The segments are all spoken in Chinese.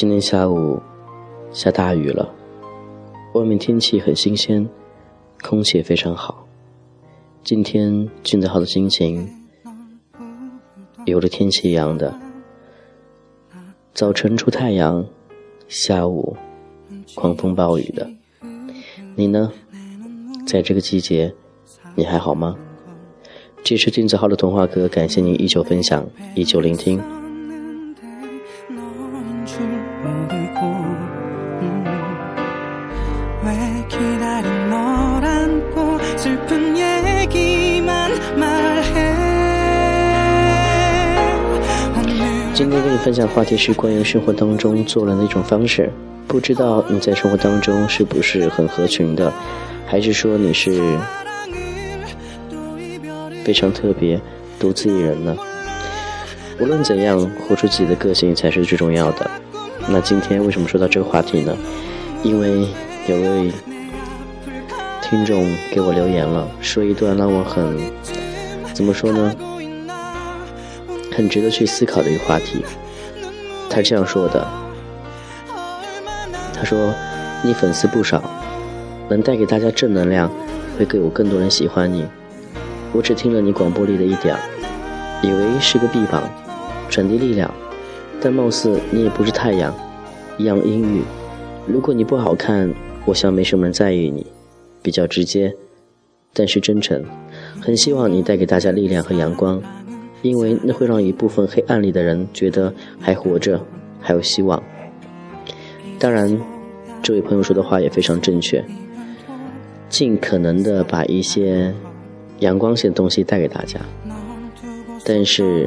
今天下午下大雨了，外面天气很新鲜，空气也非常好。今天俊子浩的心情有着天气一样的，早晨出太阳，下午狂风暴雨的。你呢？在这个季节你还好吗？这是俊子浩的童话歌，感谢您依旧分享，依旧聆听。今天跟你分享话题是关于生活当中做人的一种方式，不知道你在生活当中是不是很合群的，还是说你是非常特别独自一人呢？无论怎样，活出自己的个性才是最重要的。那今天为什么说到这个话题呢？因为有位听众给我留言了，说一段让我怎么说呢，很值得去思考的一个话题。他是这样说的，他说你粉丝不少，能带给大家正能量，会给我更多人喜欢你。我只听了你广播里的一点，以为是个臂膀传递力量，但貌似你也不是太阳一样阴郁。如果你不好看，我想没什么人在意你，比较直接但是真诚。很希望你带给大家力量和阳光，因为那会让一部分黑暗里的人觉得还活着，还有希望。当然这位朋友说的话也非常正确，尽可能的把一些阳光性的东西带给大家。但是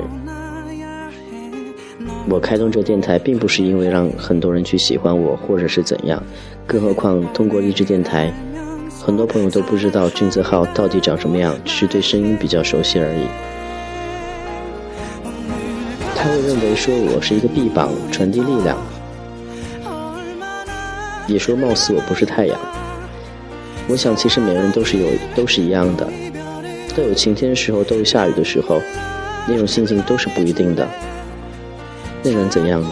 我开通这个电台并不是因为让很多人去喜欢我或者是怎样，更何况通过励志电台，很多朋友都不知道俊子浩到底长什么样，只是对声音比较熟悉而已。他会认为说我是一个臂膀传递力量，也说貌似我不是太阳。我想其实每个人都是一样的，都有晴天的时候，都有下雨的时候，那种心情都是不一定的。那能怎样呢？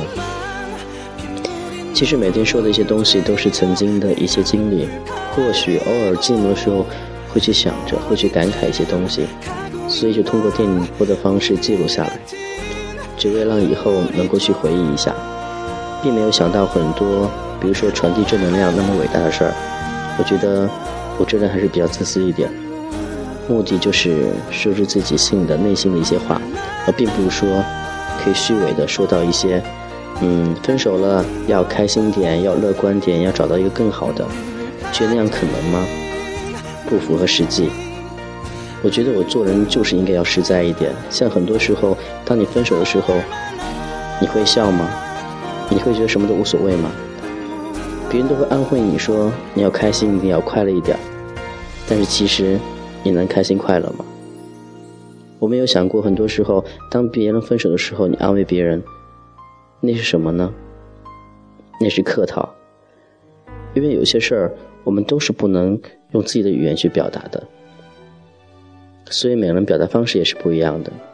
其实每天说的一些东西都是曾经的一些经历，或许偶尔寂寞的时候会去想着，会去感慨一些东西，所以就通过电波的方式记录下来，只为让以后能够去回忆一下，并没有想到很多比如说传递正能量那么伟大的事儿。我觉得我这人还是比较自私一点，目的就是说出自己内心的一些话，而并不是说可以虚伪的说到一些分手了要开心点，要乐观点，要找到一个更好的。觉得那样可能吗？不符合实际。我觉得我做人就是应该要实在一点。像很多时候当你分手的时候，你会笑吗？你会觉得什么都无所谓吗？别人都会安慰你说你要开心一点，要快乐一点，但是其实你能开心快乐吗？我没有想过很多时候当别人分手的时候，你安慰别人，那是什么呢？那是客套。因为有些事儿我们都是不能用自己的语言去表达的，所以每个人表达方式也是不一样的。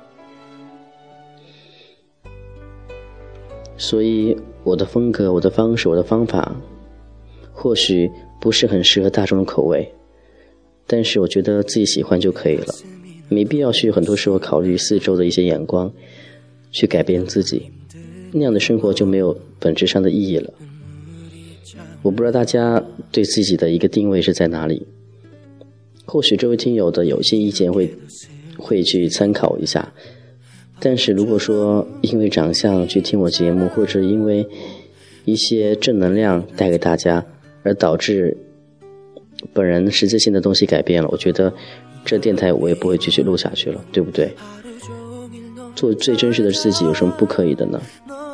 所以我的风格，我的方式，我的方法或许不是很适合大众的口味，但是我觉得自己喜欢就可以了，没必要去很多时候考虑四周的一些眼光去改变自己，那样的生活就没有本质上的意义了。我不知道大家对自己的一个定位是在哪里，或许这位听友的有些意见会去参考一下，但是如果说因为长相去听我节目，或者因为一些正能量带给大家而导致本人实质性的东西改变了，我觉得这电台我也不会继续录下去了，对不对？做最真实的自己有什么不可以的呢？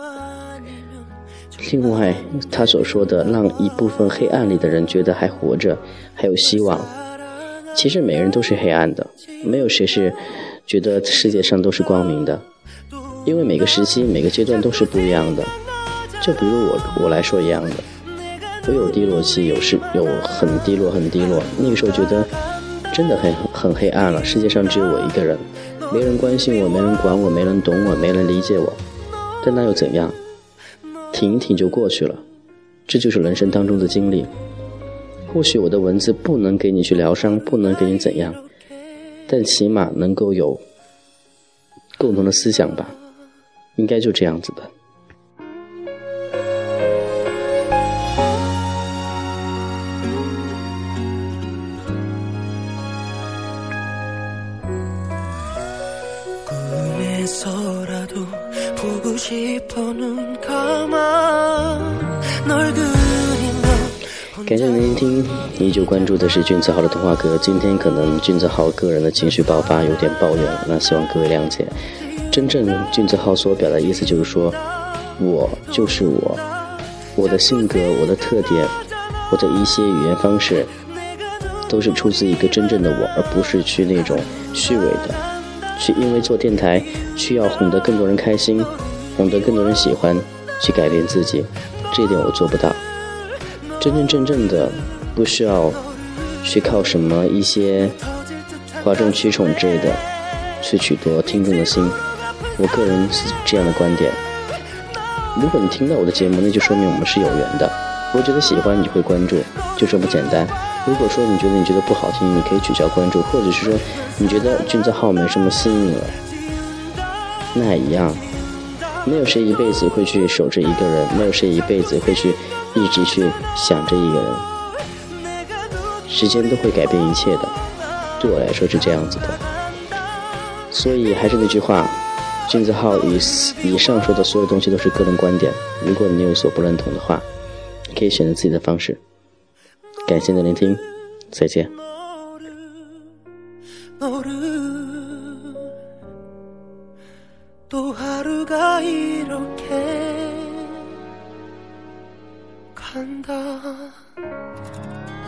另外他所说的让一部分黑暗里的人觉得还活着，还有希望，其实每个人都是黑暗的，没有谁是觉得世界上都是光明的，因为每个时期每个阶段都是不一样的。就比如我来说一样的，我有低落期，有很低落，那个时候觉得真的很黑暗了，世界上只有我一个人，没人关心我，没人管我，没人懂我，没人理解我。但那又怎样？ 挺一挺就过去了，这就是人生当中的经历。或许我的文字不能给你去疗伤，不能给你怎样，但起码能够有共同的思想吧，应该就这样子的。感谢您聆听，依旧关注的是俊子豪的童话阁。今天可能俊子豪个人的情绪爆发有点抱怨，那希望各位谅解。真正俊子豪所表达的意思就是说，我就是我，我的性格，我的特点，我的一些语言方式，都是出自一个真正的我，而不是去那种虚伪的，去因为做电台需要哄得更多人开心，哄得更多人喜欢，去改变自己，这一点我做不到。真正的不需要去靠什么一些哗众取宠之类的去取得听众的心，我个人是这样的观点。如果你听到我的节目，那就说明我们是有缘的，我觉得喜欢你会关注，就这么简单。如果说你觉得不好听，你可以取消关注，或者是说你觉得俊子浩没什么吸引了，那一样，没有谁一辈子会去守着一个人，没有谁一辈子会去一直去想着一个人，时间都会改变一切的，对我来说是这样子的。所以还是那句话，俊子浩以上说的所有东西都是个人观点，如果你有所不认同的话，你可以选择自己的方式。感谢你的聆听，再见。또 하루가 이렇게 간다